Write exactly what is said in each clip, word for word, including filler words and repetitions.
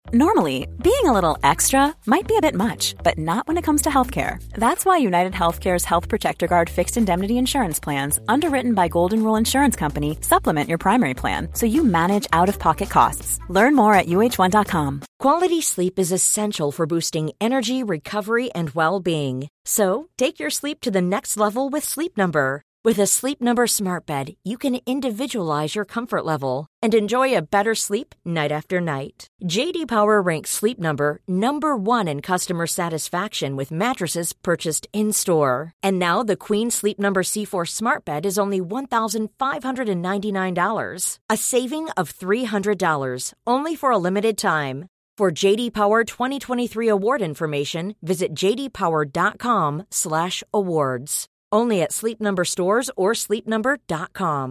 Normally, being a little extra might be a bit much, but not when it comes to healthcare. That's why United Healthcare's Health Protector Guard fixed indemnity insurance plans, underwritten by Golden Rule Insurance Company, supplement your primary plan so you manage out-of-pocket costs. Learn more at U H one dot com. Quality sleep is essential for boosting energy, recovery, and well-being. So, take your sleep to the next level with Sleep Number. With a Sleep Number smart bed, you can individualize your comfort level and enjoy a better sleep night after night. J D Power ranks Sleep Number number one in customer satisfaction with mattresses purchased in-store. And now the Queen Sleep Number C four smart bed is only one thousand five hundred ninety-nine dollars, a saving of three hundred dollars, only for a limited time. For J D Power twenty twenty-three award information, visit j d power dot com slash awards. Only at Sleep Number stores or sleep number dot com.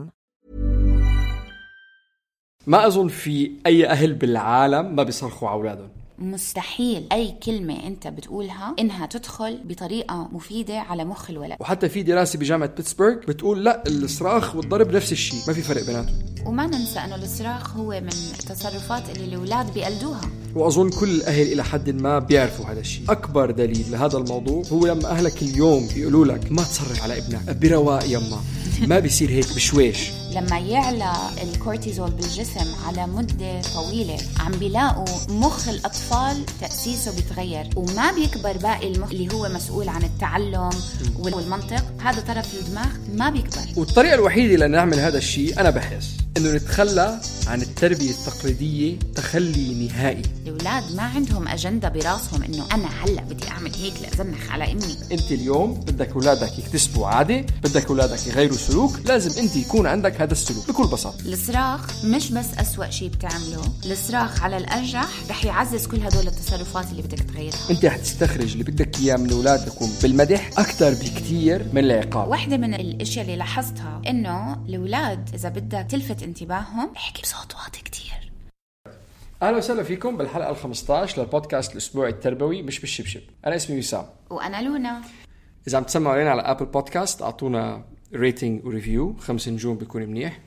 ما أظن في أي أهل بالعالم ما بيصرخوا على أولادهم. مستحيل أي كلمة أنت بتقولها إنها تدخل بطريقة مفيدة على مخ الولد. وحتى في دراسة بجامعة بيتسبرغ بتقول لا، الصراخ والضرب نفس الشيء، ما في فرق بيناتهم. وما ننسى أنه الصراخ هو من التصرفات اللي الأولاد بيقلدوها. وأظن كل الأهل إلى حد ما بيعرفوا هذا الشيء. أكبر دليل لهذا الموضوع هو لما أهلك اليوم بيقولوا لك ما تصرخ على ابنك، برواق يما، ما بيصير هيك بشويش. لما يعلى الكورتيزول بالجسم على مدة طويلة عم بيلاقوا مخ الأطفال تأسيسه بيتغير وما بيكبر باقي المخ اللي هو مسؤول عن التعلم والمنطق. هذا طرف الدماغ ما بيكبر. والطريقة الوحيدة لنعمل هذا الشيء أنا بحس إنه نتخلى عن التربية التقليدية تخلي نهائي. الأولاد ما عندهم أجندة براسهم إنه أنا هلأ بدي أعمل هيك لأزنخ على أمي. أنت اليوم بدك أولادك يكتسبوا عادة، بدك أولادك يغيروا سلوك، لازم أنت يكون عندك هذا السلوك بكل بساطة. الصراخ مش بس أسوأ شيء بتعمله، الصراخ على الأرجح رح يعزز كل هدول التصرفات اللي بدك تغيرها. أنت رح تستخرج اللي بدك إياه من أولادكم بالمدح أكتر بكتير من العقاب. واحدة من الأشياء اللي لاحظتها إنه الأولاد إذا بدك تلفت انتباههم احكي بصوت واطي كتير. أهلا وسهلا فيكم بالحلقة الخمسة عشر للبودكاست الأسبوعي التربوي مش بالشبشب. أنا اسمي وسام وأنا لونا. إذا عم تسمعوا علينا على أبل بودكاست أعطونا ريتنج وريفيو، خمس نجوم بيكون منيح.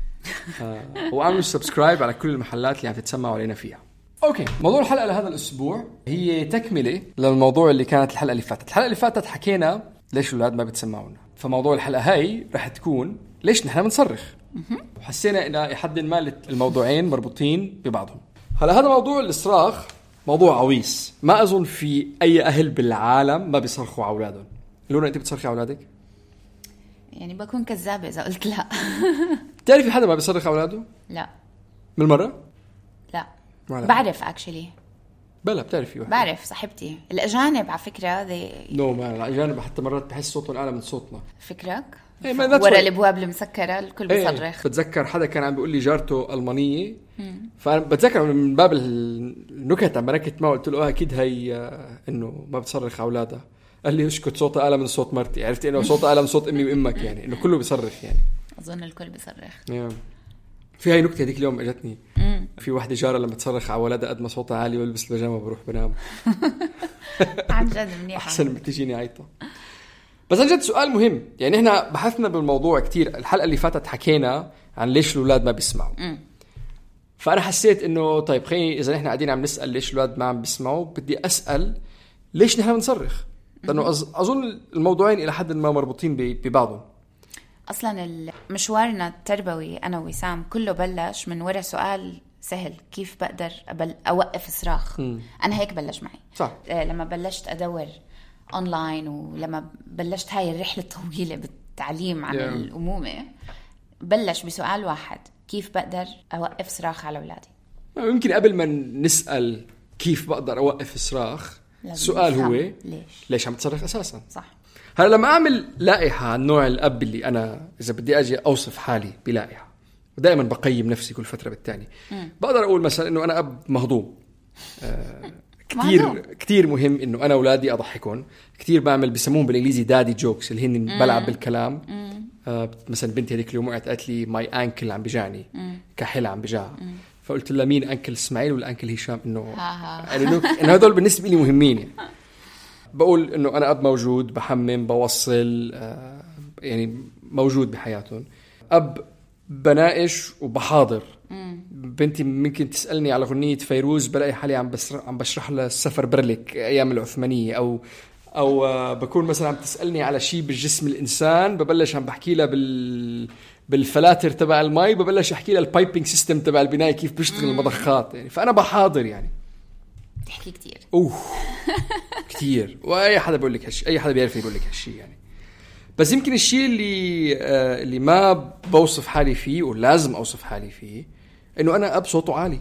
آه وعملوا سبسكرايب على كل المحلات اللي عم تتسمعوا علينا فيها. أوكي، موضوع الحلقة لهذا الأسبوع هي تكملة للموضوع اللي كانت الحلقة اللي فاتت. الحلقة اللي فاتت حكينا ليش الأولاد ما بتسمعونا، فموضوع الحلقة هاي رح تكون ليش نحن بنصرخ. وحسينا إن حد ما الموضوعين مربوطين ببعضهم. هلا هذا موضوع الصراخ موضوع عويص، ما أظن في أي أهل بالعالم ما بيصرخوا على أولادهم. لونا أنت بتصرخي على أولادك؟ يعني بكون كذابة إذا قلت لا. تعرفي حدا ما بيصرخ على أولاده؟ لا. من المرة؟ لا. بعرف actually. بلا بتعرفي واحد. بعرف صاحبتي الأجانب على فكرة ذي. نو ما الأجانب حتى مرات بحس صوتهم أعلى من صوتنا. فكرك؟ إيه ورا الأبواب المسكرة الكل بيصرخ. إيه بتذكر حدا كان عم بيقول لي جارته ألمانية، فأنا بتذكر من باب النكت عم بركت معه قلت له آه أكيد هي إنه ما بتصرخ على أولادها. قال لي اسكت صوتها أعلى من صوت مرتي. عرفت إنه صوتها أعلى من صوت أمي وأمك، يعني إنه كله بيصرخ. يعني أظن الكل بيصرخ. yeah. في هاي نكتة هذيك اليوم اجتني. في واحدة جارة لما تصرخ على ولدها قد ما صوتها عالي والبس بيجامة بروح بنام. عن جد منيحة. أحسن من تجيني عيطة. بس عن جد سؤال مهم، يعني إحنا بحثنا بالموضوع كتير. الحلقة اللي فاتت حكينا عن ليش الأولاد ما بيسمعوا. م. فأنا حسيت إنه طيب خليني إذا إحنا قاعدين عم نسأل ليش الأولاد ما عم بيسمعوا، بدي أسأل ليش نحن بنصرخ، لأنه أظن الموضوعين إلى حد ما مربوطين ببعضهم. أصلاً مشوارنا التربوي أنا وسام كله بلش من وراء سؤال سهل: كيف بقدر أبل أوقف الصراخ؟ م. أنا هيك بلش معي. صح. لما بلشت أدور أونلاين ولما بلشت هاي الرحلة الطويلة بالتعليم عن yeah. الأمومة، بلش بسؤال واحد: كيف بقدر أوقف صراخ على أولادي؟ يمكن قبل ما نسأل كيف بقدر أوقف الصراخ، السؤال هو ليش ليش عم تصرخ أساساً؟ صح. هلا لما أعمل لائحة عن نوع الأب اللي أنا إذا بدي أجي أوصف حالي بلائحة، ودائما بقيم نفسي كل فترة بالتاني، بقدر أقول مثلا إنه أنا أب مهضوم. آه كتير كتير مهم إنه أنا أولادي أضحكون كتير، بعمل بسموهم بالإنجليزي دادي جوكس اللي هن بلعب بالكلام. آه مثلا بنتي هذيك اليوم وقعت قالت لي ماي أنكل عم بجاني، كحلة عم بجاها، فقلت لها مين أنكل إسماعيل ولا أنكل هشام؟ إنه يعني إنه هذول بالنسبة لي مهمين. يعني بقول إنه أنا أب موجود، بحمم، بوصل، آه يعني موجود بحياتهم، أب بناقش وبحاضر بنتي ممكن تسألني على أغنية فيروز بلاقي حالي عم بس عم بشرح لها السفر برلك أيام العثمانية، أو أو بكون مثلا عم تسألني على شيء بالجسم الإنسان ببلش عم بحكي لها بال بالفلاتر تبع الماء، ببلش أحكي لها البايبينج سيستم تبع البناية كيف بيشتغل المضخات يعني. فأنا بحاضر يعني تحكي كتير أوه كتير، وأي حدا بيقول لك هالشيء، أي حدا بيعرف يقول لك هالشيء يعني. بس يمكن الشيء اللي آه اللي ما بوصف حالي فيه ولازم أوصف حالي فيه إنه أنا أب صوته عالي،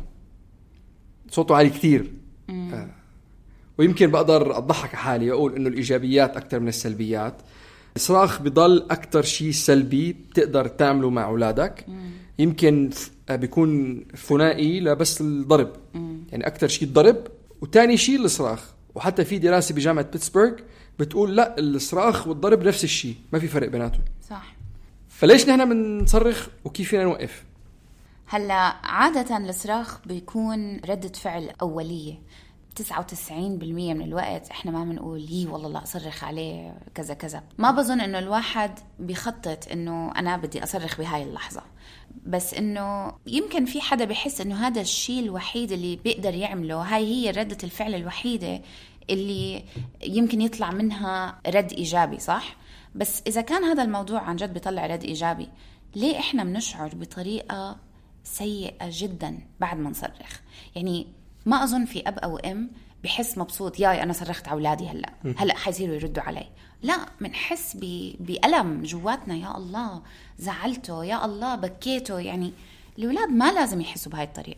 صوته عالي كتير. آه. ويمكن بقدر أضحك حالي وأقول إنه الإيجابيات أكتر من السلبيات. الصراخ بضل أكتر شيء سلبي بتقدر تعمله مع أولادك. مم. يمكن بيكون ثنائي لبس الضرب. مم. يعني أكتر شيء الضرب وتاني شيء الصراخ. وحتى في دراسة بجامعة بيتسبرغ بتقول لا، الصراخ والضرب نفس الشيء، ما في فرق بيناتهم. صح. فليش نحن بنصرخ وكيف فينا نوقف؟ هلا عادة الصراخ بيكون ردة فعل أولية. تسعة وتسعين بالمية من الوقت احنا ما بنقول يي والله لا اصرخ عليه كذا كذا. ما بظن انه الواحد بيخطط انه انا بدي اصرخ بهاي اللحظة، بس انه يمكن في حدا بيحس انه هذا الشيء الوحيد اللي بيقدر يعمله، هاي هي ردة الفعل الوحيدة اللي يمكن يطلع منها رد ايجابي. صح؟ بس اذا كان هذا الموضوع عن جد بيطلع رد ايجابي، ليه احنا بنشعر بطريقة سيئة جدا بعد ما نصرخ؟ يعني ما أظن في أب أو أم بحس مبسوط ياي أنا صرخت على أولادي هلأ هلأ حيصيروا يردوا علي. لا، منحس بألم جواتنا، يا الله زعلته، يا الله بكيته. يعني الأولاد ما لازم يحسوا بهاي الطريقة.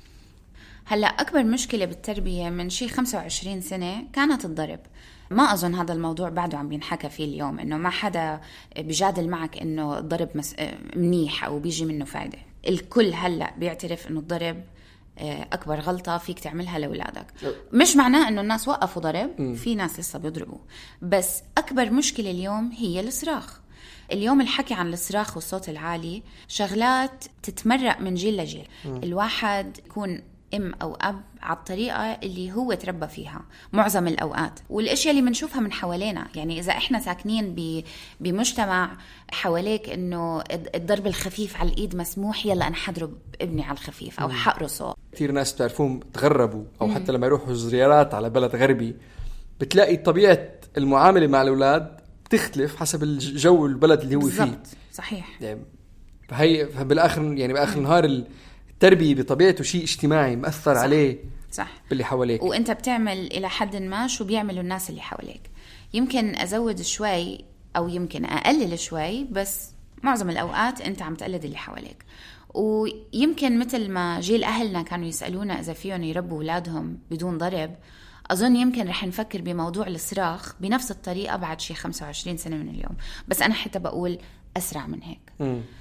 هلأ أكبر مشكلة بالتربية من شي خمسة وعشرين سنة كانت الضرب. ما أظن هذا الموضوع بعده عم بينحكى فيه اليوم، إنه ما حدا بيجادل معك إنه الضرب مس... منيح أو بيجي منه فايدة. الكل هلأ بيعترف إنه الضرب أكبر غلطة فيك تعملها لأولادك. مش معناه أنه الناس وقفوا ضرب، في ناس لسه بيضربوا، بس أكبر مشكلة اليوم هي الصراخ. اليوم الحكي عن الصراخ والصوت العالي شغلات تتمرق من جيل لجيل. الواحد يكون أم أو أب على الطريقة اللي هو تربى فيها معظم الأوقات، والأشياء اللي منشوفها من حوالينا. يعني إذا إحنا ساكنين بمجتمع حواليك إنه الضرب الخفيف على الإيد مسموح، يلا أنا حضرب ابني على الخفيف أو حقرصه. كثير ناس بتعرفون تغربوا أو مم. حتى لما يروحوا زيارات على بلد غربي بتلاقي طبيعة المعاملة مع الأولاد بتختلف حسب الجو البلد اللي هو بالزبط. فيه. صحيح. يعني هي بالآخر يعني بآخر النهار التربية بطبيعته شيء اجتماعي مأثر صح. عليه صح. باللي حواليك، وانت بتعمل الى حد ما شو بيعملوا الناس اللي حواليك. يمكن ازود شوي او يمكن اقلل شوي، بس معظم الاوقات انت عم تقلد اللي حواليك. ويمكن مثل ما جيل اهلنا كانوا يسالونا اذا فيهم يربوا اولادهم بدون ضرب، اظن يمكن رح نفكر بموضوع الصراخ بنفس الطريقه بعد شي خمسة وعشرين سنة من اليوم. بس انا حتى بقول اسرع من هيك.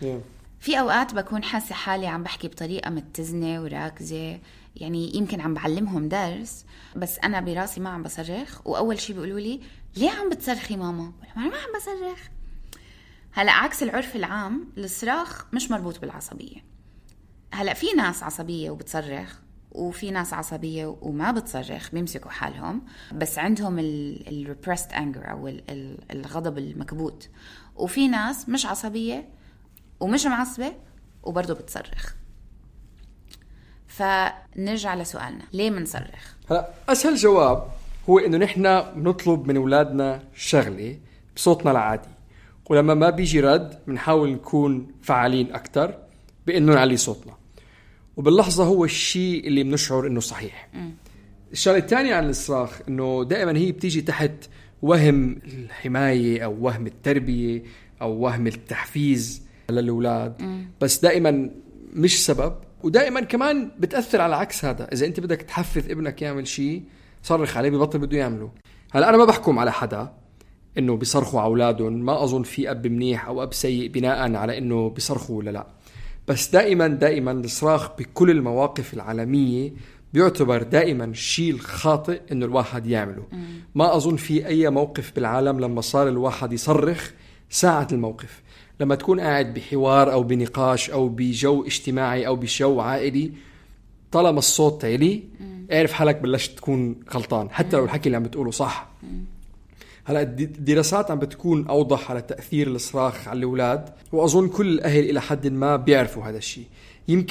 في أوقات بكون حاسة حالي عم بحكي بطريقة متزنة وراكزة، يعني يمكن عم بعلمهم درس، بس أنا براسي ما عم بصرخ. وأول شي بيقولوا لي ليه عم بتصرخي ماما؟ أنا ما عم بصرخ. هلأ عكس العرف العام، الصراخ مش مربوط بالعصبية. هلأ في ناس عصبية وبتصرخ، وفي ناس عصبية وما بتصرخ بيمسكوا حالهم، بس عندهم ال repressed anger أو الغضب المكبوت. وفي ناس مش عصبية ومش معصبة وبرضه بتصرخ. فنرجع لسؤالنا، ليه منصرخ؟ هلا أسهل جواب هو إنه نحن بنطلب من أولادنا شغلة بصوتنا العادي، ولما ما بيجي رد بنحاول نكون فعالين أكتر بإنه نعلي صوتنا، وباللحظة هو الشيء اللي بنشعر إنه صحيح. م. الشغلة الثانية عن الصراخ إنه دائما هي بتيجي تحت وهم الحماية أو وهم التربية أو وهم التحفيز للأولاد، م. بس دائما مش سبب. ودائما كمان بتأثر على عكس هذا. إذا أنت بدك تحفز ابنك يعمل شيء، صرخ عليه ببطل بده يعمله. هلا أنا ما بحكم على حدا إنه بيصرخوا على أولادهم، ما أظن في أب منيح أو أب سيء بناء على إنه بيصرخوا ولا لا. بس دائما دائما الصراخ بكل المواقف العالمية بيعتبر دائما شيء خاطئ إنه الواحد يعمله. م. ما أظن في أي موقف بالعالم لما صار الواحد يصرخ ساعة الموقف. لما تكون قاعد بحوار أو بنقاش أو بجو اجتماعي أو بجو عائلي، طالما الصوت عالي اعرف حالك بلشت تكون غلطان، حتى لو الحكي اللي عم بتقوله صح. هلا الدراسات عم بتكون أوضح على تأثير الصراخ على الأولاد، وأظن كل الأهل إلى حد ما بيعرفوا هذا الشيء. يمكن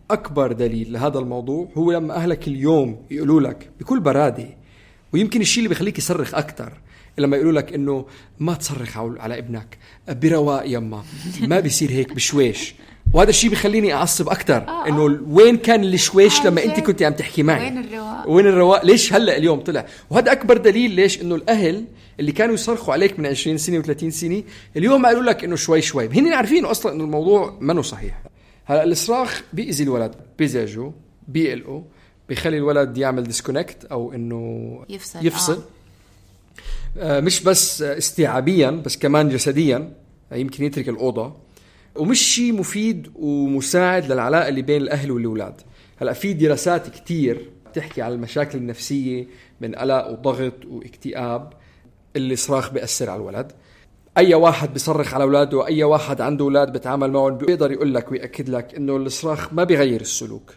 أكبر دليل لهذا الموضوع هو لما أهلك اليوم يقولوا لك بكل برادة، ويمكن الشيء اللي بيخليك يصرخ أكتر لما يقولوا لك إنه ما تصرخ على ابنك برواق يما، ما بيصير هيك بشويش. وهذا الشيء بيخليني أعصب أكتر، إنه وين كان الشويش لما أنت كنت عم تحكي معي؟ وين الرواق؟ وين الرواق؟ ليش هلأ اليوم طلع؟ وهذا أكبر دليل ليش إنه الأهل اللي كانوا يصرخوا عليك من عشرين سنة وثلاثين سنة اليوم قالوا لك إنه شوي شوي. هن عارفين أصلا إنه الموضوع منه صحيح. هلا الصراخ بيأذي الولد، بيزعجه، بيقلقه، بيخلي الولد يعمل ديسكونكت أو إنه يفصل, يفصل. آه. آه مش بس استيعابيا بس كمان جسديا، آه يمكن يترك الأوضة، ومش شيء مفيد ومساعد للعلاقة اللي بين الأهل والأولاد. هلا في دراسات كتير بتحكي على المشاكل النفسية من قلق وضغط واكتئاب اللي صراخ بيأثر على الولد. أي واحد بيصرخ على أولاده، أي واحد عنده أولاد بتعامل معهم، بيقدر يقول لك ويأكد لك إنه الصراخ ما بيغير السلوك.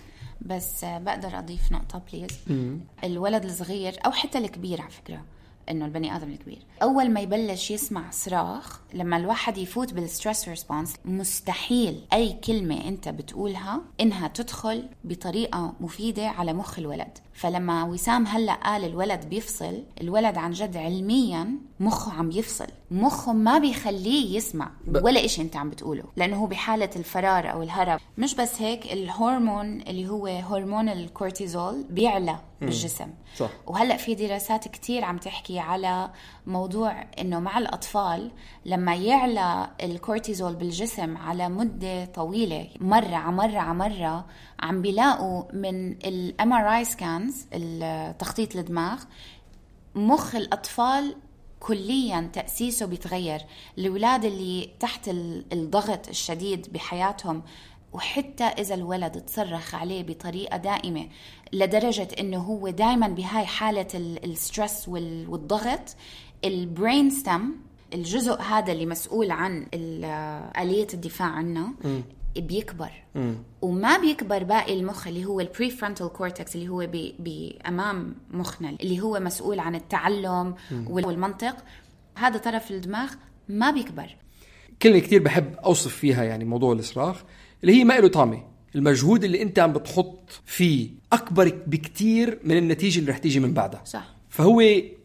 بس بقدر أضيف نقطة بليز. الولد الصغير أو حتى الكبير على فكرة، إنه البني آدم الكبير أول ما يبلش يسمع صراخ، لما الواحد يفوت بالستريس ريسبونس، مستحيل أي كلمة أنت بتقولها إنها تدخل بطريقة مفيدة على مخ الولد. فلما وسام هلأ قال الولد بيفصل، الولد عن جد علميا مخه عم يفصل، مخه ما بيخليه يسمع ولا إشي أنت عم بتقوله، لأنه هو بحالة الفرار أو الهرب. مش بس هيك، الهرمون اللي هو هرمون الكورتيزول بيعلى بالجسم. صح. وهلأ في دراسات كتير عم تحكي على موضوع إنه مع الأطفال لما يعلى الكورتيزول بالجسم على مدة طويلة، مرة عمرة عمرة، عم بيلاقوا من ال إم آر آي scans، التخطيط الدماغ، مخ الأطفال كليا تأسيسه بيتغير. الأولاد اللي تحت الضغط الشديد بحياتهم، وحتى إذا الولد تصرخ عليه بطريقة دائمة لدرجة إنه هو دائما بهاي حالة السترس والضغط، البرين ستام، الجزء هذا اللي مسؤول عن آلية الدفاع عنا، بيكبر. م. وما بيكبر باقي المخ اللي هو البريفرونتال كورتكس اللي هو بأمام مخنا، اللي هو مسؤول عن التعلم م. والمنطق. هذا طرف الدماغ ما بيكبر. كلمة كتير بحب أوصف فيها يعني موضوع الصراخ، اللي هي ما له طعمة. المجهود اللي أنت عم بتحط فيه أكبر بكتير من النتيجة اللي رح تيجي من بعدها. صح. فهو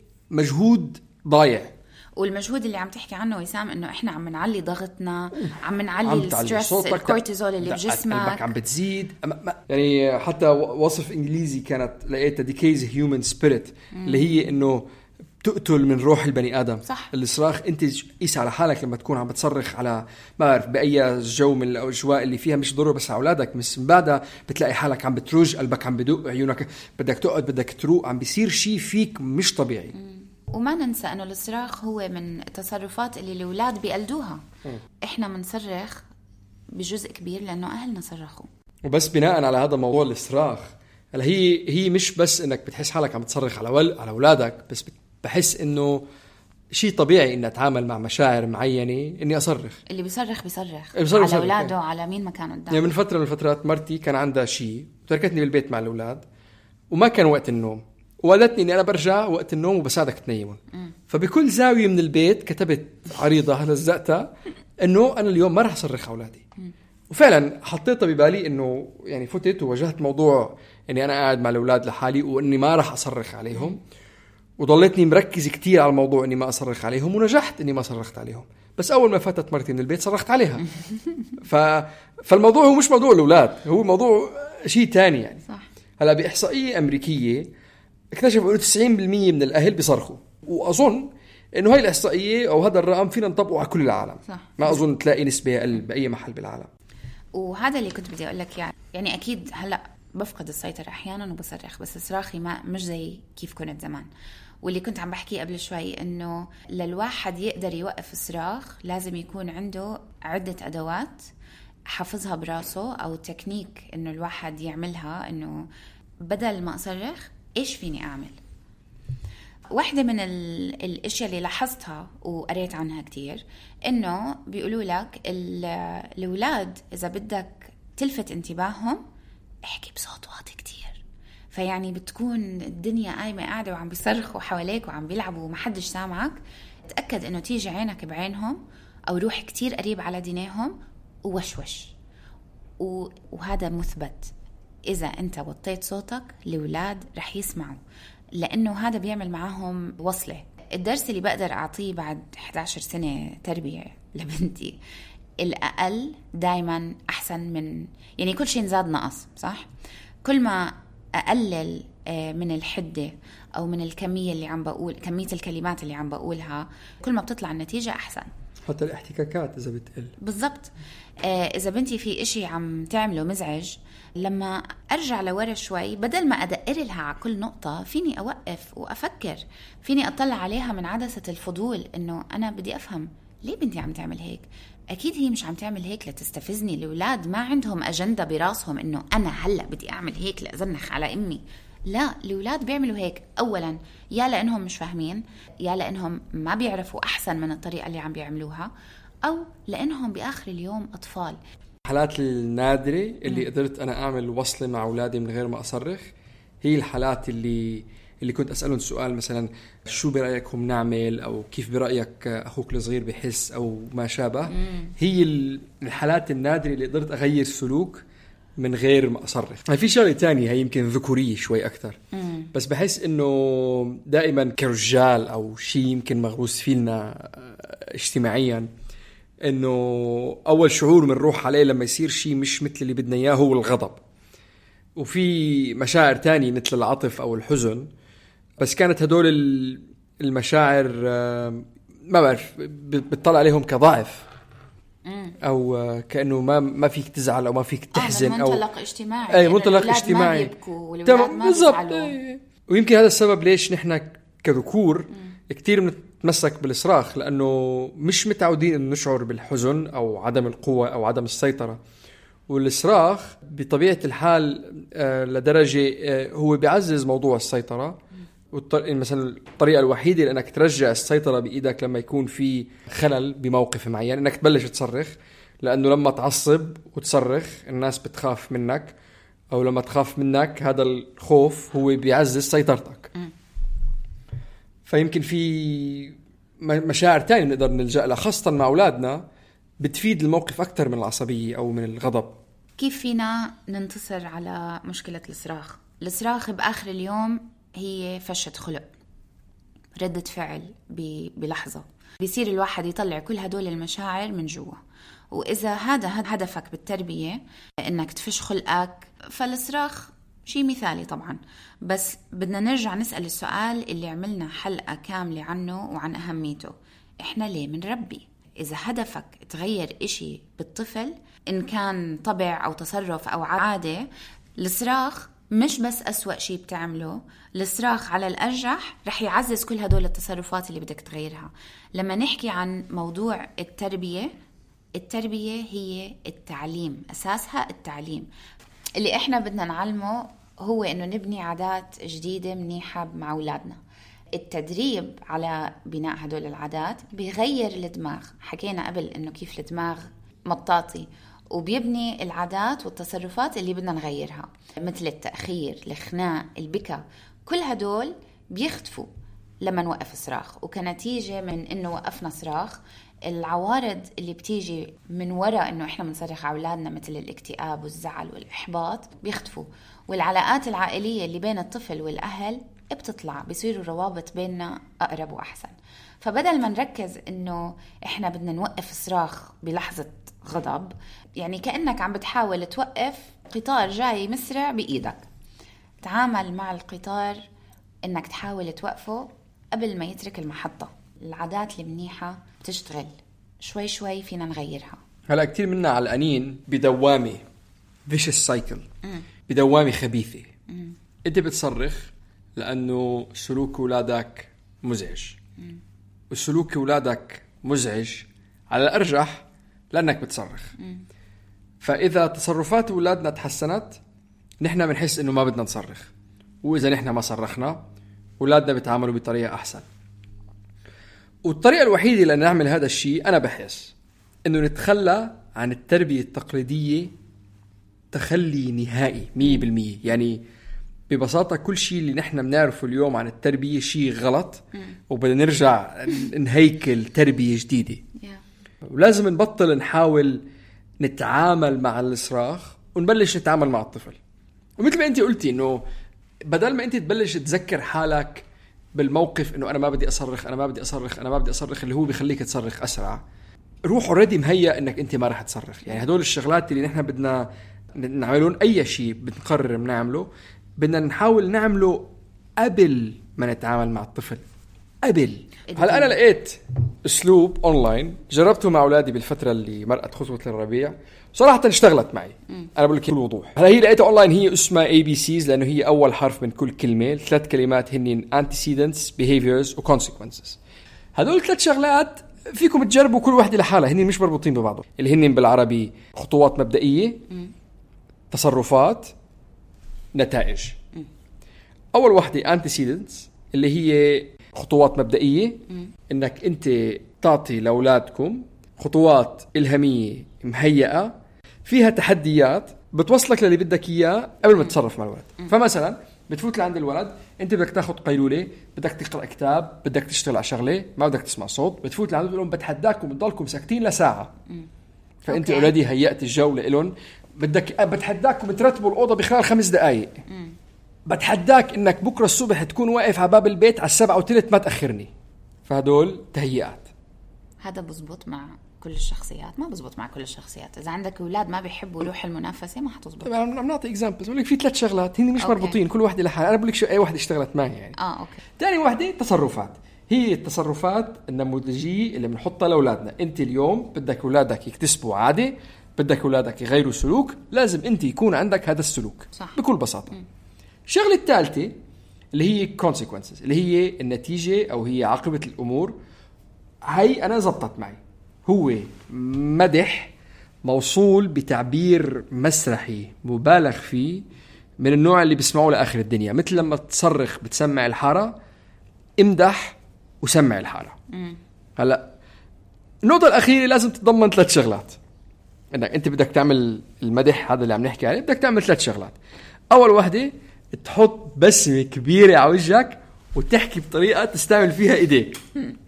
مجهود ضايع. والمجهود اللي عم تحكي عنه وسام، انه احنا عم نعلي ضغطنا، عم نعلي الستريس، الكورتيزول اللي بجسمك، قلبك عم بتزيد. يعني حتى وصف انجليزي كانت لقيتها ديكيز هيومن سبيريت، اللي هي انه تقتل من روح البني ادم. صح. الصراخ انت قيس على حالك لما تكون عم بتصرخ على ما بعرف باي جو من الاجواء اللي فيها مش ضرر بس على اولادك، مش من بعدها بتلاقي حالك عم بترج، قلبك عم بدق، عيونك بدك تقعد، بدك تروق، عم بيصير شيء فيك مش طبيعي. م. وما ننسى أنه الصراخ هو من التصرفات اللي الأولاد بيقلدوها. م. إحنا منصرخ بجزء كبير لأنه أهلنا صرخوا. وبس بناء على هذا موضوع الصراخ، هي هي مش بس إنك بتحس حالك عم تصرخ على ول على أولادك، بس بحس إنه شيء طبيعي إني أتعامل مع مشاعر معينة إني أصرخ. اللي بيصرخ بيصرخ, بيصرخ على أولاده يعني. على مين ما كان قدامه. يعني من فترة من الفترات مرتي كان عندها شيء وتركتني بالبيت مع الأولاد، وما كان وقت النوم، وقالتني إني أنا برجع وقت النوم وبساعدك تنيمون. فبكل زاوية من البيت كتبت عريضة لزقتها إنه أنا اليوم ما رح أصرخ أولادي. وفعلا حطيتها ببالي إنه يعني فتت وواجهت موضوع إني أنا قاعد مع الأولاد لحالي وإني ما رح أصرخ عليهم، وضلتني مركز كتير على الموضوع إني ما أصرخ عليهم، ونجحت إني ما صرخت عليهم. بس أول ما فاتت مرتي من البيت صرخت عليها. ف... فالموضوع هو مش موضوع الأولاد، هو موضوع شيء تاني يعني. صح. هلا بإحصائية أمريكية اكتشفوا إنه تسعين بالمية من الأهل بيصرخوا، وأظن إنه هاي الإحصائية أو هذا الرقم فينا نطبقه على كل العالم. صح. ما أظن تلاقي نسبة أقل بأي محل بالعالم. وهذا اللي كنت بدي أقول لك يعني يعني أكيد هلأ بفقد السيطرة أحيانا وبصرخ، بس صراخي ما مش زي كيف كنت زمان. واللي كنت عم بحكي قبل شوي إنه للواحد يقدر يوقف الصراخ لازم يكون عنده عدة أدوات حافظها براسه، أو تكنيك إنه الواحد يعملها، إنه بدل ما أصرخ إيش فيني أعمل. واحدة من الأشياء اللي لاحظتها وقريت عنها كتير إنه بيقولوا لك الأولاد إذا بدك تلفت انتباههم احكي بصوت واطي كتير. فيعني بتكون الدنيا قايمة قاعدة وعم بيصرخوا حواليك وعم بيلعبوا ومحدش سامعك، تأكد إنه تيجي عينك بعينهم أو روح كتير قريب على دينيهم ووشوش. وهذا مثبت. إذا أنت وطيت صوتك الأولاد رح يسمعوا، لأنه هذا بيعمل معهم وصلة. الدرس اللي بقدر أعطيه بعد إحدى عشرة سنة تربية لبنتي، الأقل دايما أحسن من، يعني كل شيء نزاد نقص، صح؟ كل ما أقلل من الحدة أو من الكمية اللي عم بقول، كمية الكلمات اللي عم بقولها، كل ما بتطلع النتيجة أحسن. حتى الاحتكاكات إذا بتقل. بالضبط. إذا بنتي في إشي عم تعمله مزعج، لما أرجع لورا شوي، بدل ما أدقر لها على كل نقطة، فيني أوقف وأفكر، فيني أطلع عليها من عدسة الفضول، إنه أنا بدي أفهم ليه بنتي عم تعمل هيك. أكيد هي مش عم تعمل هيك لتستفزني. الأولاد ما عندهم أجندة براسهم إنه أنا هلأ بدي أعمل هيك لأزنخ على أمي. لا، الأولاد بيعملوا هيك أولا يا لأنهم مش فاهمين، يا لأنهم ما بيعرفوا أحسن من الطريقة اللي عم بيعملوها، أو لأنهم بآخر اليوم أطفال. الحالات النادرة اللي م. قدرت أنا أعمل وصلة مع أولادي من غير ما أصرخ هي الحالات اللي اللي كنت أسألهم سؤال مثلا شو برأيكم نعمل، أو كيف برأيك أخوك الصغير بحس، أو ما شابه. م. هي الحالات النادرة اللي قدرت أغير سلوك من غير ما أصرخ. في شغلة تانية هي يمكن ذكورية شوي أكتر، م. بس بحس إنه دائما كرجال أو شيء يمكن مغروس فينا اجتماعيا، إنه أول شعور منروح عليه لما يصير شيء مش مثل اللي بدنا إياه هو الغضب. وفي مشاعر تانية مثل العطف أو الحزن، بس كانت هدول المشاعر ما بعرف بتطلع عليهم كضعف، أو كأنه ما ما فيك تزعل أو ما فيك تحزن، أو منطلق اجتماعي. أي منطلق اجتماعي. ما بيبكوا والولاد ما بيزعلوا. ويمكن هذا السبب ليش نحن كذكور كتير بنتمسك بالإصراخ، لأنه مش متعودين أن نشعر بالحزن أو عدم القوة أو عدم السيطرة. والإصراخ بطبيعة الحال لدرجة هو بيعزز موضوع السيطرة. مثلا الطريقة الوحيدة لأنك ترجع السيطرة بإيدك لما يكون في خلل بموقف معين أنك تبلش تصرخ، لأنه لما تعصب وتصرخ الناس بتخاف منك، أو لما تخاف منك هذا الخوف هو بيعزز سيطرتك. فيمكن في مشاعر تانية نقدر نلجأ لها خاصة مع أولادنا بتفيد الموقف أكتر من العصبية أو من الغضب. كيف فينا ننتصر على مشكلة الصراخ؟ الصراخ بآخر اليوم هي فشة خلق، ردة فعل بلحظة، بيصير الواحد يطلع كل هدول المشاعر من جوا. وإذا هذا هدفك بالتربية إنك تفش خلقك، فالصراخ شيء مثالي طبعا. بس بدنا نرجع نسأل السؤال اللي عملنا حلقة كاملة عنه وعن أهميته، إحنا ليه منربي؟ إذا هدفك تغير إشي بالطفل، إن كان طبع أو تصرف أو عادة، الصراخ مش بس أسوأ شيء بتعمله. الصراخ على الأرجح رح يعزز كل هدول التصرفات اللي بدك تغيرها. لما نحكي عن موضوع التربية، التربية هي التعليم، أساسها التعليم. اللي إحنا بدنا نعلمه هو إنه نبني عادات جديدة منيحة مع أولادنا. التدريب على بناء هدول العادات بيغير الدماغ. حكينا قبل إنه كيف الدماغ مطاطي، وبيبني العادات والتصرفات اللي بدنا نغيرها، مثل التأخير، الخناق، البكاء. كل هدول بيختفوا لما نوقف صراخ. وكنتيجة من إنه وقفنا صراخ، العوارض اللي بتيجي من وراء إنه إحنا منصرخ على أولادنا مثل الاكتئاب والزعل والإحباط بيختفوا. والعلاقات العائلية اللي بين الطفل والأهل بتطلع، بيصيروا روابط بيننا أقرب وأحسن. فبدل ما نركز إنه إحنا بدنا نوقف صراخ بلحظة غضب، يعني كأنك عم بتحاول توقف قطار جاي مسرع بإيدك، تعامل مع القطار إنك تحاول توقفه قبل ما يترك المحطة. العادات المنيحة بتشتغل شوي شوي، فينا نغيرها. هلأ كتير منا علقانين بدوامة vicious cycle، بدوامة خبيثة. مم. انت بتصرخ لأنه سلوك أولادك مزعج، مم. وسلوك أولادك مزعج على الأرجح لأنك بتصرخ. مم. فإذا تصرفات أولادنا تحسنت، نحن بنحس إنه ما بدنا نصرخ، وإذا نحن ما صرخنا أولادنا بيتعاملوا بطريقة أحسن. والطريقة الوحيدة لأن نعمل هذا الشيء أنا بحس إنه نتخلى عن التربية التقليدية تخلي نهائي مية بالمية. يعني ببساطة كل شيء اللي نحن بنعرفه اليوم عن التربية شيء غلط، وبدنا نرجع نهيكل تربية جديدة. ولازم نبطل نحاول نتعامل مع الصراخ ونبلش نتعامل مع الطفل. ومثل ما انت قلتي انه بدل ما انت تبلش تذكر حالك بالموقف انه انا ما بدي اصرخ انا ما بدي اصرخ انا ما بدي اصرخ اللي هو بيخليك تصرخ اسرع، روح اوريدي مهيأ انك انت ما راح تصرخ. يعني هدول الشغلات اللي نحن بدنا نعملون، اي شيء بنقرر بنعمله بدنا نحاول نعمله قبل ما نتعامل مع الطفل. قبل هلا انا لقيت اسلوب اونلاين جربته مع اولادي بالفتره اللي مرقت خطوه الربيع، صراحه اشتغلت معي. م. انا بقول لك بكل وضوح، هلا هي لقيتها اونلاين، هي اسمها اي بي سيز لانه هي اول حرف من كل كلمه، ثلاث كلمات هن antecedents behaviors و consequences. هدول ثلاث شغلات فيكم تجربوا كل واحده لحالها، هن مش مربوطين ببعضهم، اللي هن بالعربي خطوات مبدئيه، م. تصرفات، نتائج. م. اول واحده antecedents اللي هي خطوات مبدئية، م. انك انت تعطي لاولادكم خطوات إلهامية مهيئة فيها تحديات بتوصلك للي بدك اياه قبل ما تتصرف مع الولد. م. فمثلا بتفوت لعند الولد، انت بدك تاخذ قيلولة، بدك تقرأ كتاب، بدك تشتغل على شغلة، ما بدك تسمع صوت، بتفوت لعنده بتقول لهم بتحداكم بتضلكم ساكتين لساعة. م. فانت اوريدي هيأت الجو لإلهم. بدك بتحداكم ترتبوا الأوضة بخلال خمس دقائق. م. بتحداك انك بكره الصبح تكون واقف على باب البيت على السبعة وثلث ما تأخرني. فهدول تهيئات. هذا بزبط مع كل الشخصيات؟ ما بزبط مع كل الشخصيات. اذا عندك اولاد ما بيحبوا روح المنافسه ما حتزبط. طبعا عم نعطي اكزامبلز، بقول لك في ثلاث شغلات هن مش أوكي. مربوطين، كل واحده لحالها. انا بقول لك شو اي واحده اشتغلت معي يعني. اه اوكي. ثاني واحده تصرفات، هي التصرفات النموذجيه اللي بنحطها لاولادنا. انت اليوم بدك اولادك يكتسبوا عاده، بدك اولادك يغيروا سلوك، لازم انت يكون عندك هذا السلوك. صح. بكل بساطه. م. الشغله الثالثه اللي هي consequences، اللي هي النتيجه او هي عاقبه الامور. هاي انا زبطت معي، هو مدح موصول بتعبير مسرحي مبالغ فيه من النوع اللي بيسمعوه لاخر الدنيا، مثل لما تصرخ بتسمع الحاره، امدح وسمع الحاره. هلا النقطه الاخيره لازم تتضمن ثلاث شغلات. انك انت بدك تعمل المدح هذا اللي عم نحكي عليه، بدك تعمل ثلاث شغلات. اول واحده تحط بسمة كبيرة على وجهك وتحكي بطريقة تستعمل فيها ايديك.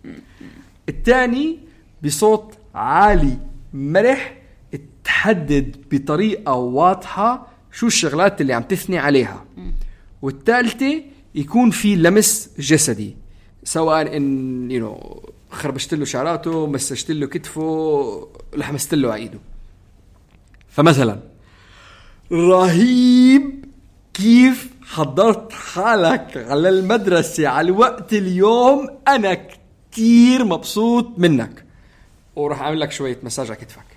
الثاني بصوت عالي مرح تحدد بطريقة واضحة شو الشغلات اللي عم تثني عليها. والثالثة يكون في لمس جسدي، سواء ان يو خربشت له شعراته، مسجت له كتفه، لحمست له عيده. فمثلا رهيب كيف حضرت حالك على المدرسة على الوقت اليوم، أنا كتير مبسوط منك. وراح أعمل لك شوية مساج على كتفك.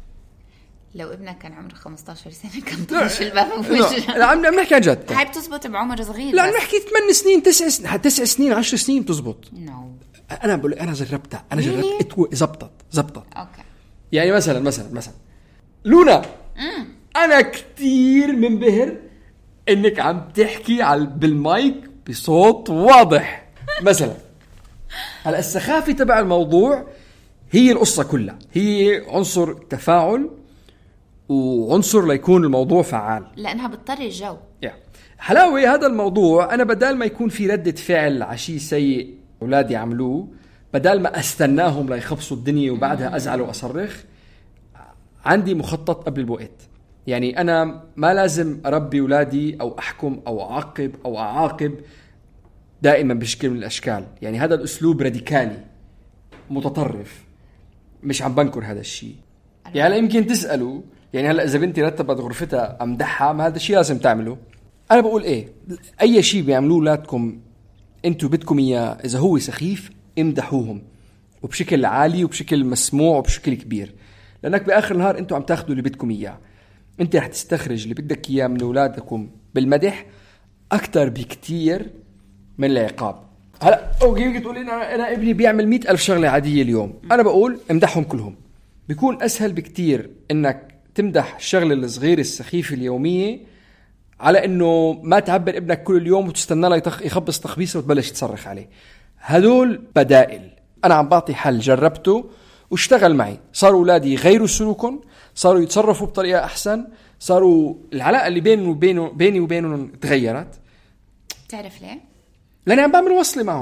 لو ابنك كان عمره خمسة عشر سنة كان طرش الباب بوجهه. لا عم نحكي عن جد. هاي بتزبط بعمر صغير. لا نحكي ثمان سنين تسع سنين تسع سنين عشر سنين بتزبط. no. أنا بقول أنا جربتها أنا جربت زبطت زبطت. أوكي. يعني مثلا مثلا مثلا لونا مم. أنا كتير منبهر إنك عم تحكي على بالمايك بصوت واضح. مثلا هلا السخافة تبع الموضوع هي القصة كلها، هي عنصر تفاعل وعنصر ليكون الموضوع فعال، لأنها بتطري الجو. yeah. حلاوة هذا الموضوع، أنا بدال ما يكون في ردة فعل عشي سيء أولادي عملوه، بدال ما أستناهم ليخبصوا الدنيا وبعدها أزعل وأصرخ، عندي مخطط قبل الوقت. يعني أنا ما لازم أربي أولادي أو أحكم أو أعاقب أو أعاقب دائما بشكل من الأشكال. يعني هذا الأسلوب راديكالي متطرف، مش عم بنكر هذا الشيء. يعني يمكن تسألوا يعني هلأ إذا بنتي رتبت غرفتها أمدحها، ما هذا الشيء لازم تعمله. أنا بقول إيه، أي شيء بيعملوه أولادكم أنتوا بدكم إياه، إذا هو سخيف امدحوهم وبشكل عالي وبشكل مسموع وبشكل كبير، لأنك بآخر النهار أنتوا عم تاخدوا اللي بدكم إياه. أنت رح تستخرج اللي بدك إياه من أولادكم بالمدح أكتر بكتير من العقاب. هلا أوكي تقول أنا أنا ابني بيعمل مئة ألف شغلة عادية اليوم، أنا بقول امدحهم كلهم. بيكون أسهل بكتير إنك تمدح الشغلة الصغيرة السخيفة اليومية على إنه ما تعبر ابنك كل اليوم وتستنى له يخبص تخبيصه وتبلش تصرخ عليه. هدول بدائل. أنا عم بعطي حل جربته واشتغل معي، صاروا أولادي يغيروا سلوكهم، صاروا يتصرفوا بطريقة أحسن، صاروا العلاقة اللي بيني وبينه بيني وبينهم تغيرت. تعرف ليه؟ لأني عم بعمل وصلة معهم.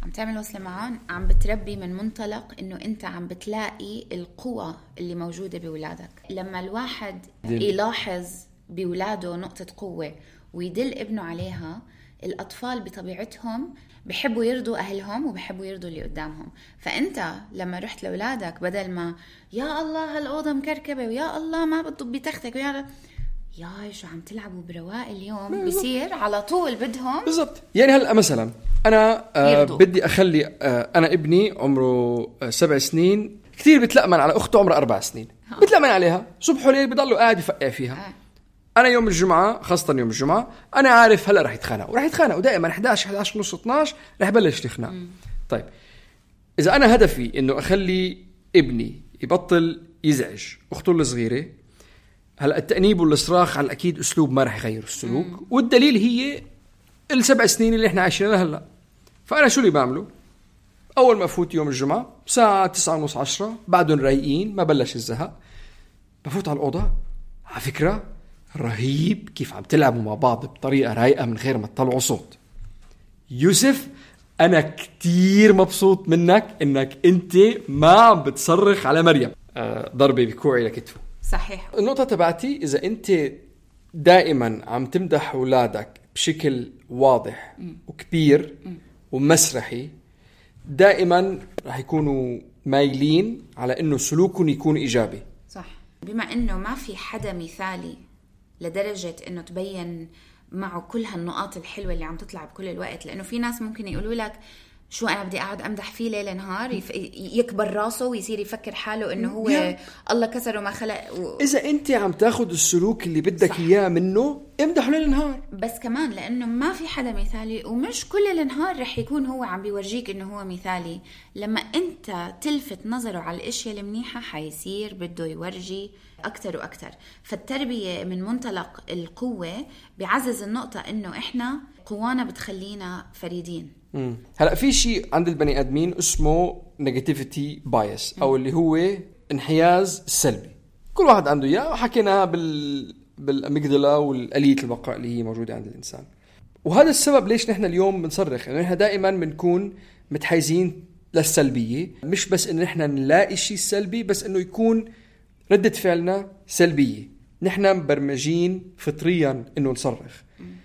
عم تعمل وصلة معهم عم بتربي من منطلق إنه أنت عم بتلاقي القوة اللي موجودة بولادك. لما الواحد دل. يلاحظ بولاده نقطة قوة ويدل ابنه عليها، الأطفال بطبيعتهم بحبوا يرضوا أهلهم وبحبوا يرضوا اللي قدامهم. فأنت لما رحت لأولادك بدل ما يا الله هالأوضة مكركبة ويا الله ما بتطبي تختك ويا يا شو عم تلعبوا برواق اليوم، بصير على طول بدهم بالضبط. يعني هلأ مثلا أنا آه بدي أخلي آه أنا ابني عمره آه سبع سنين كتير بتلأمن على أخته عمره أربع سنين ها. بتلأمن عليها صبح وليل بضلوا قاعد يفقع فيها ها. أنا يوم الجمعة خاصة يوم الجمعة أنا عارف هلأ رح يتخانق ورح يتخانق ودائما إحدى عشر إحدى عشر ونص اثناشر رح بلش يخنق. طيب إذا أنا هدفي إنه أخلي ابني يبطل يزعج أخته الصغيرة، هلا التأنيب والصراخ على الأكيد أسلوب ما رح يغير السلوك. مم. والدليل هي السبع سنين اللي إحنا عايشينها هلا. فأنا شو اللي بعمله؟ أول ما أفوت يوم الجمعة ساعة تسعة ونص عشرة بعدهم رايقين ما بلش الزهق، بفوت على الأوضة. على فكرة رهيب كيف عم تلعبوا مع بعض بطريقة رايقة من غير ما تطلعوا صوت. يوسف أنا كتير مبسوط منك إنك أنت ما عم بتصرخ على مريم. آه ضربة بكوعي لكتفه. صحيح. النقطة تبعتي إذا أنت دائما عم تمدح أولادك بشكل واضح م. وكبير م. ومسرحي، دائما رح يكونوا مايلين على إنه سلوكهم يكون إيجابي. صح. بما إنه ما في حدا مثالي لدرجة إنه تبين معه كل هالنقاط الحلوة اللي عم تطلع بكل الوقت، لأنه في ناس ممكن يقولوا لك شو أنا بدي أقعد أمدح فيه ليل نهار يف... يكبر راسه ويصير يفكر حاله إنه هو يا. الله كسره ما خلق و... إذا أنت عم تاخد السلوك اللي بدك إياه منه امدحه ليل نهار. بس كمان لأنه ما في حدا مثالي ومش كل النهار رح يكون هو عم بيورجيك إنه هو مثالي. لما أنت تلفت نظره على الأشياء المنيحة حيصير بده يورجي أكتر وأكتر. فالتربية من منطلق القوة بيعزز النقطة إنه إحنا قوانا بتخلينا فريدين. مم. هلأ في شيء عند البني آدمين اسمه negativity bias أو اللي هو انحياز السلبي. كل واحد عنده إياه، حكيناها بال بالأميجدلا والآلية البقاء اللي هي موجودة عند الإنسان. وهذا السبب ليش نحن اليوم بنصرخ، لأنه نحن دائما بنكون متحيزين للسلبية. مش بس إنه نحن نلاقي شيء سلبي، بس إنه يكون ردة فعلنا سلبية. نحن مبرمجين فطريا إنه نصرخ.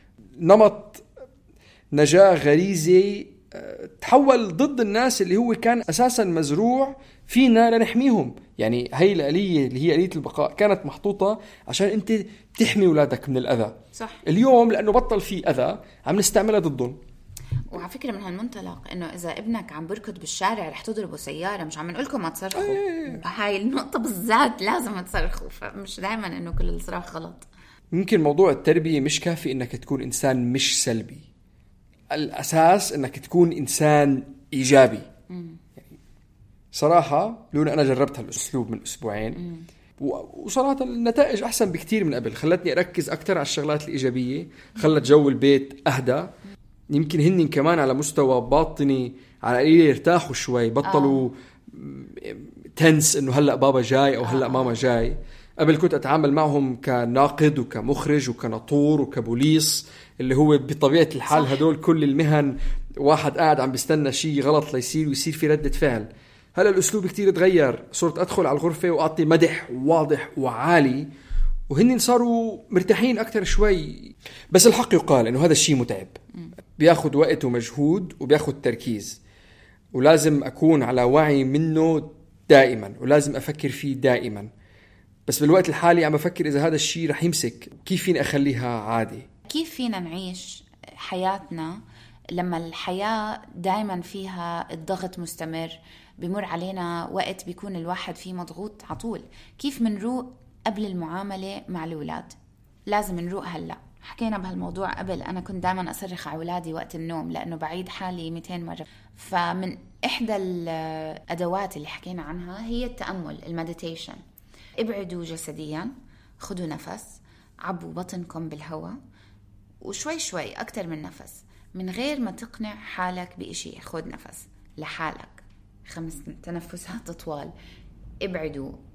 نمط نجاة غريزي تحول ضد الناس اللي هو كان أساسا مزروع فينا لنحميهم. يعني هاي الآلية اللي هي آلية البقاء كانت محطوطة عشان أنت تحمي أولادك من الأذى. صح. اليوم لأنه بطل فيه أذى عم نستعملها ضدهم. وعلى فكرة من هالمنطلق إنه إذا ابنك عم بركض بالشارع رح تضربه سيارة، مش عم نقولكم ما تصرخوا. ايه. هاي النقطة بالذات لازم تصرخوا، فمش دائما إنه كل الصراخ غلط. يمكن موضوع التربية مش كافي إنك تكون إنسان مش سلبي، الأساس إنك تكون إنسان إيجابي. يعني صراحة لون أنا جربت هالأسلوب من أسبوعين مم. وصراحة النتائج أحسن بكتير من قبل. خلتني أركز أكتر على الشغلات الإيجابية، خلت جو البيت أهدى. يمكن هن كمان على مستوى باطني على قليل يرتاحوا شوي، بطلوا آه. تنس إنه هلأ بابا جاي أو هلأ آه. ماما جاي. قبل كنت أتعامل معهم كناقد وكمخرج وكناطور وكبوليس، اللي هو بطبيعة الحال صح. هدول كل المهن واحد قاعد عم بيستنى شيء غلط ليصير ويصير في ردة فعل. هلا الأسلوب كتير تغير، صرت أدخل على الغرفة وأعطي مدح واضح وعالي وهن صاروا مرتاحين أكتر شوي. بس الحق يقال إنه هذا الشيء متعب، بياخد وقت ومجهود وبياخد تركيز، ولازم أكون على وعي منه دائما ولازم أفكر فيه دائما. بس بالوقت الحالي عم بفكر إذا هذا الشيء رح يمسك، كيف فينا أخليها عادي؟ كيف فينا نعيش حياتنا لما الحياة دايما فيها الضغط مستمر، بمر علينا وقت بيكون الواحد فيه مضغوط عطول. كيف منروق قبل المعاملة مع الأولاد؟ لازم نروق هلأ. حكينا بهالموضوع قبل. أنا كنت دايما أصرخ على أولادي وقت النوم لأنه بعيد حالي مئتين مرة. فمن إحدى الأدوات اللي حكينا عنها هي التأمل، المديتيشن. ابعدوا جسديا، خدوا نفس، عبوا بطنكم بالهواء وشوي شوي أكتر من نفس من غير ما تقنع حالك بإشي. خد نفس لحالك خمس تنفسات طوال، ابعدوا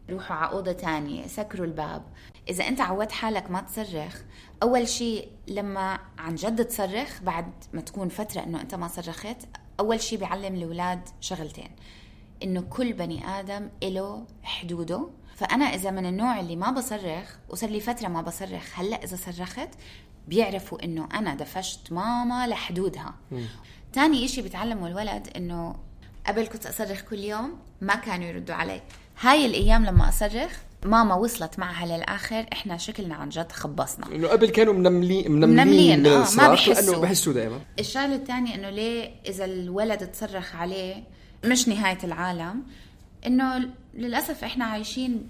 روحوا على أوضة تانية، سكروا الباب. إذا أنت عودت حالك ما تصرخ، أول شيء لما عن جد تصرخ بعد ما تكون فترة إنه أنت ما صرخت، أول شيء بيعلم الأولاد شغلتين، إنه كل بني آدم إله حدوده. فأنا إذا من النوع اللي ما بصرخ وصار لي فترة ما بصرخ، هلأ إذا صرخت بيعرفوا إنه أنا دفشت ماما لحدودها. م. تاني إشي بتعلموا الولد إنه قبل كنت أصرخ كل يوم ما كانوا يردوا علي، هاي الأيام لما أصرخ ماما وصلت معها للآخر، إحنا شكلنا عن جد خبصنا. إنه قبل كانوا منملين منملين من آه ما بيحسوا، لأنه بحسوا دائما. الشغلة الثانية إنه ليه إذا الولد تصرخ عليه مش نهاية العالم، إنه للأسف إحنا عايشين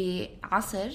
بعصر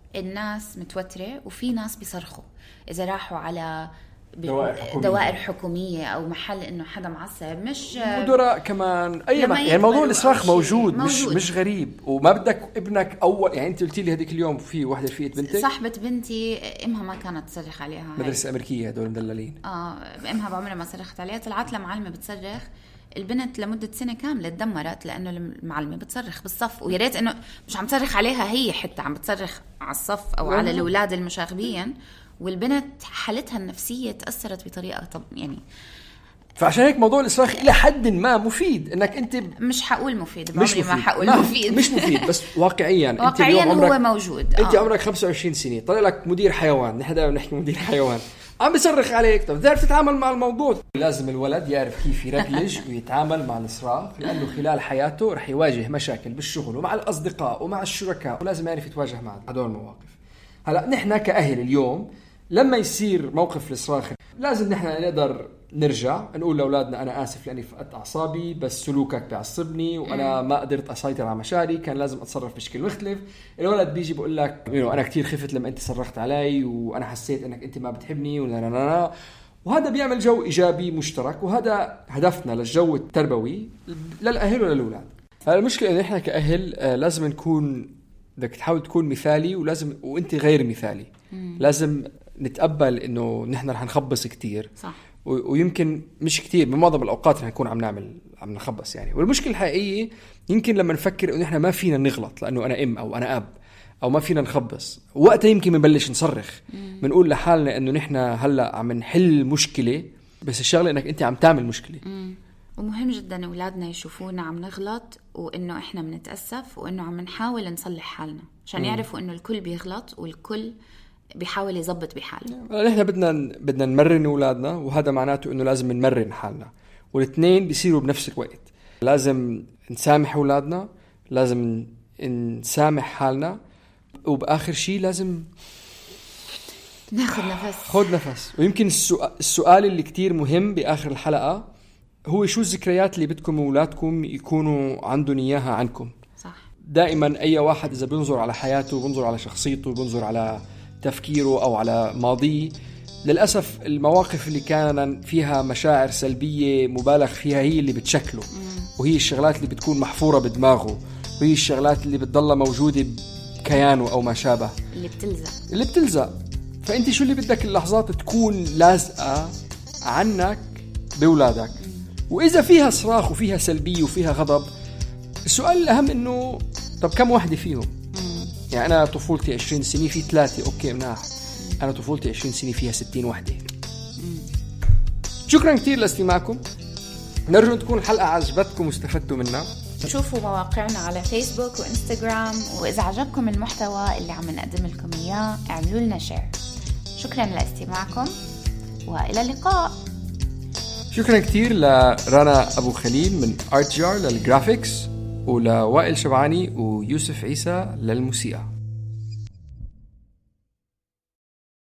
الناس متوترة وفي ناس بيصرخوا إذا راحوا على دوائر حكومية. دوائر حكومية أو محل إنه حدا معصب، مش مدراء كمان أي ما يعني موضوع الإصراخ موجود, موجود مش مش غريب. وما بدك ابنك أول يعني أنت قلتي لي هذيك اليوم في واحدة رفيقة بنتك صاحبة بنتي إمها ما كانت تصرخ عليها، مدرسة أمريكية هدول مدللين. آه إمها بعمرها ما صرخت عليها، طلعت لمعلمة بتصرخ، البنت لمدة سنة كاملة تدمرت لأنه المعلمة بتصرخ بالصف، ويا ريت إنه مش عم تصرخ عليها هي، حتى عم بتصرخ على الصف أو على الأولاد المشاغبين، والبنت حالتها النفسية تأثرت بطريقة طب يعني. فعشان هيك موضوع الإصراخ إلى حد ما مفيد، إنك أنت مش حقول مفيد، مش مفيد. ما حقول ما مفيد مش مفيد بس واقعيا واقعيا هو موجود. أنت آه. عمرك خمسة وعشرين سنة، طلع لك مدير حيوان، نحن دائما نحكي مدير حيوان عم بيصرخ عليك، طب تعرف تتعامل مع الموضوع. لازم الولد يعرف كيف يركلج ويتعامل مع الإصراخ، لأنه خلال حياته رح يواجه مشاكل بالشغل ومع الأصدقاء ومع الشركاء، ولازم يعرف يتواجه مع هدول المواقف. هلا نحن كأهل اليوم لما يصير موقف الإصراخ لازم نحن نقدر نرجع نقول لأولادنا أنا آسف لأني فقدت أعصابي، بس سلوكك بيعصبني وأنا ما قدرت أسيطر على مشاعري، كان لازم أتصرف بشكل مختلف. الولد بيجي بقول لك أنا كتير خفت لما أنت صرخت علي وأنا حسيت أنك أنت ما بتحبني ولا لا لا، وهذا بيعمل جو إيجابي مشترك، وهذا هدفنا للجو التربوي للأهل وللأولاد. المشكلة إن إحنا كأهل لازم نكون بدك تحاول تكون مثالي، ولازم وأنت غير مثالي. مم. لازم نتقبل إنه نحن رح نخبص كتير، صح. ويمكن مش كتير، بمعظم الأوقات رح نكون عم نعمل عم نخبص يعني. والمشكلة الحقيقية يمكن لما نفكر إنه إحنا ما فينا نغلط لأنه أنا أم أو أنا أب أو ما فينا نخبص، وقتها يمكن بنبلش نصرخ، بنقول لحالنا إنه نحن هلأ عم نحل مشكلة، بس الشغلة إنك أنت عم تعمل مشكلة. مم. ومهم جدا أولادنا يشوفونا عم نغلط وإنه إحنا بنتأسف وإنه عم نحاول نصلح حالنا، عشان يعرفوا إنه الكل بيغلط والكل بيحاول يزبط بحاله. نحن بدنا بدنا نمرن أولادنا، وهذا معناته إنه لازم نمرن حالنا، والاثنين بيصيروا بنفس الوقت. لازم نسامح أولادنا، لازم نسامح حالنا، وبآخر شيء لازم ناخذ نفس خذ نفس. ويمكن السؤال, السؤال اللي كتير مهم بآخر الحلقة هو شو الذكريات اللي بدكم أولادكم يكونوا عندهم إياها عنكم. صح. دائما أي واحد إذا بينظر على حياته، بينظر على شخصيته، بينظر على تفكيره أو على ماضيه، للأسف المواقف اللي كان فيها مشاعر سلبية مبالغ فيها هي اللي بتشكله، وهي الشغلات اللي بتكون محفورة بدماغه، وهي الشغلات اللي بتضل موجودة بكيانه أو ما شابه، اللي بتلزق اللي بتلزق. فأنت شو اللي بدك اللحظات تكون لازقة عنك بأولادك؟ وإذا فيها صراخ وفيها سلبية وفيها غضب، السؤال الأهم إنه طب كم واحدة فيهم؟ يعني أنا طفولتي عشرين سنة في ثلاثة، أوكي مناح. أنا طفولتي عشرين سنة فيها ستين واحدة. شكرا كتير لاستماعكم، نرجو تكون الحلقة عجبتكم واستفدتوا منها. شوفوا مواقعنا على فيسبوك وإنستغرام، وإذا عجبكم المحتوى اللي عم نقدم لكم إياه اعملوا لنا شير. شكرا لاستماعكم وإلى اللقاء. شكرا كتير لرنا أبو خليل من آرت جار للجرافيكس، ولوائل شبعاني ويوسف عيسى للموسيقى.